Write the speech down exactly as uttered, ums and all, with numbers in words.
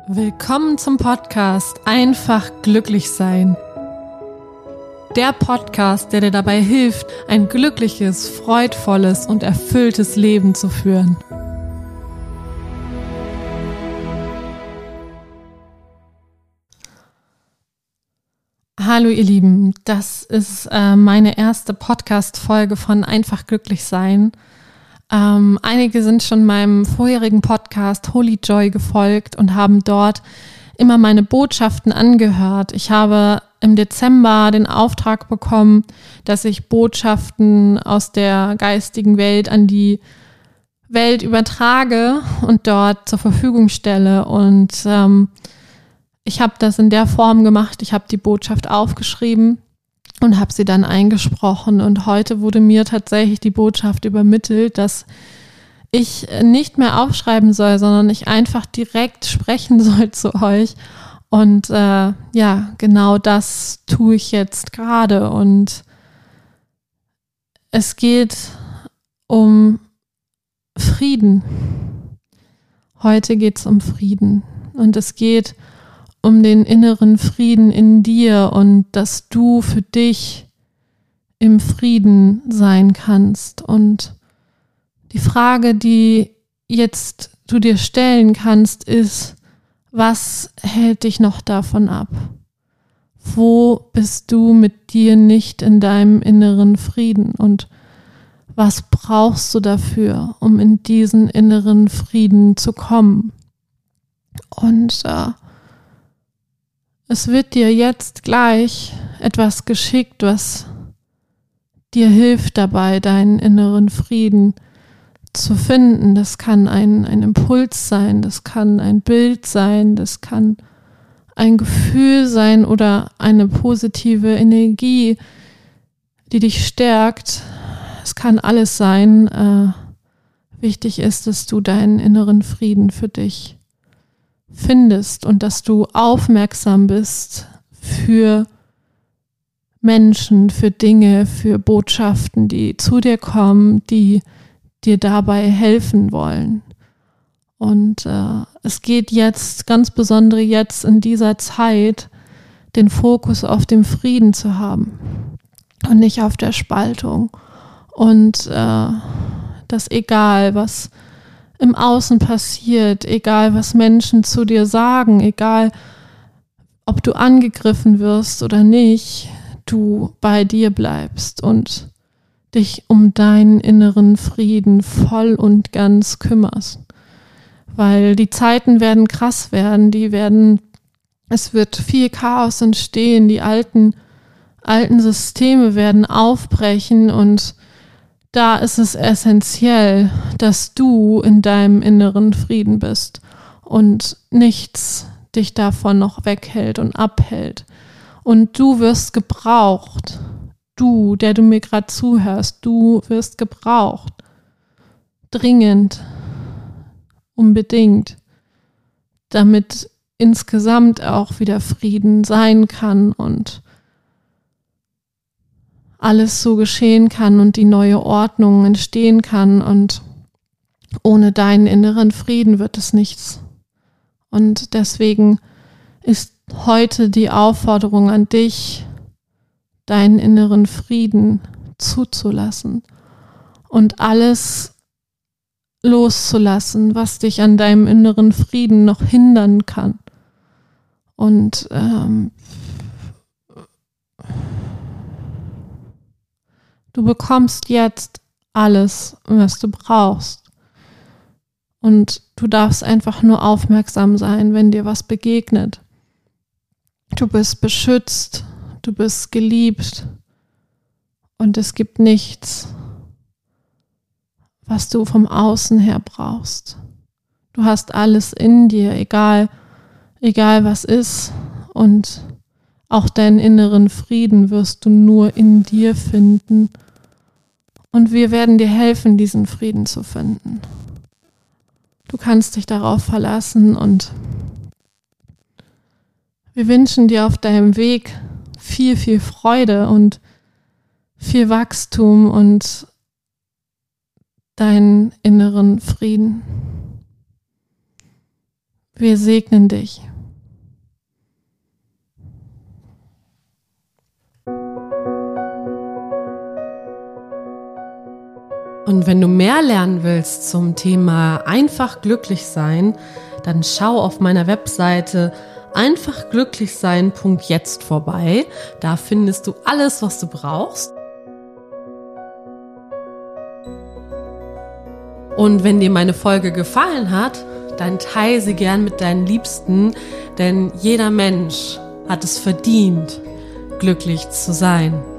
Willkommen zum Podcast Einfach glücklich sein. Der Podcast, der dir dabei hilft, ein glückliches, freudvolles und erfülltes Leben zu führen. Hallo ihr Lieben, das ist äh, meine erste Podcast-Folge von Einfach glücklich sein. Ähm, einige sind schon meinem vorherigen Podcast Holy Joy gefolgt und haben dort immer meine Botschaften angehört. Ich habe im Dezember den Auftrag bekommen, dass ich Botschaften aus der geistigen Welt an die Welt übertrage und dort zur Verfügung stelle. Und ähm, ich habe das in der Form gemacht. Ich habe die Botschaft aufgeschrieben und habe sie dann eingesprochen. Und heute wurde mir tatsächlich die Botschaft übermittelt, dass ich nicht mehr aufschreiben soll, sondern ich einfach direkt sprechen soll zu euch. Und äh, ja, genau das tue ich jetzt gerade. Und es geht um Frieden. Heute geht es um Frieden. Und es geht um den inneren Frieden in dir und dass du für dich im Frieden sein kannst. Und die Frage, die jetzt du dir stellen kannst, ist, was hält dich noch davon ab? Wo bist du mit dir nicht in deinem inneren Frieden? Und was brauchst du dafür, um in diesen inneren Frieden zu kommen? Und äh, es wird dir jetzt gleich etwas geschickt, was dir hilft dabei, deinen inneren Frieden zu finden. Das kann ein, ein Impuls sein, das kann ein Bild sein, das kann ein Gefühl sein oder eine positive Energie, die dich stärkt. Es kann alles sein. Äh, wichtig ist, dass du deinen inneren Frieden für dich findest und dass du aufmerksam bist für Menschen, für Dinge, für Botschaften, die zu dir kommen, die dir dabei helfen wollen. Und äh, es geht jetzt, ganz besonders jetzt in dieser Zeit, den Fokus auf dem Frieden zu haben und nicht auf der Spaltung. Und äh, dass egal, was im Außen passiert, egal was Menschen zu dir sagen, egal ob du angegriffen wirst oder nicht, du bei dir bleibst und dich um deinen inneren Frieden voll und ganz kümmerst. Weil die Zeiten werden krass werden, die werden, es wird viel Chaos entstehen, die alten, alten Systeme werden aufbrechen und da ist es essentiell, dass du in deinem inneren Frieden bist und nichts dich davon noch weghält und abhält. Und du wirst gebraucht. Du, der du mir gerade zuhörst, du wirst gebraucht. Dringend. Unbedingt. Damit insgesamt auch wieder Frieden sein kann und alles so geschehen kann und die neue Ordnung entstehen kann und ohne deinen inneren Frieden wird es nichts. Und deswegen ist heute die Aufforderung an dich, deinen inneren Frieden zuzulassen und alles loszulassen, was dich an deinem inneren Frieden noch hindern kann. Und ähm, du bekommst jetzt alles, was du brauchst. Und du darfst einfach nur aufmerksam sein, wenn dir was begegnet. Du bist beschützt, du bist geliebt und es gibt nichts, was du vom Außen her brauchst. Du hast alles in dir, egal, egal was ist. Und auch deinen inneren Frieden wirst du nur in dir finden. Und wir werden dir helfen, diesen Frieden zu finden. Du kannst dich darauf verlassen und wir wünschen dir auf deinem Weg viel, viel Freude und viel Wachstum und deinen inneren Frieden. Wir segnen dich. Und wenn du mehr lernen willst zum Thema einfach glücklich sein, dann schau auf meiner Webseite einfach glücklich sein punkt jetzt vorbei. Da findest du alles, was du brauchst. Und wenn dir meine Folge gefallen hat, dann teile sie gern mit deinen Liebsten, denn jeder Mensch hat es verdient, glücklich zu sein.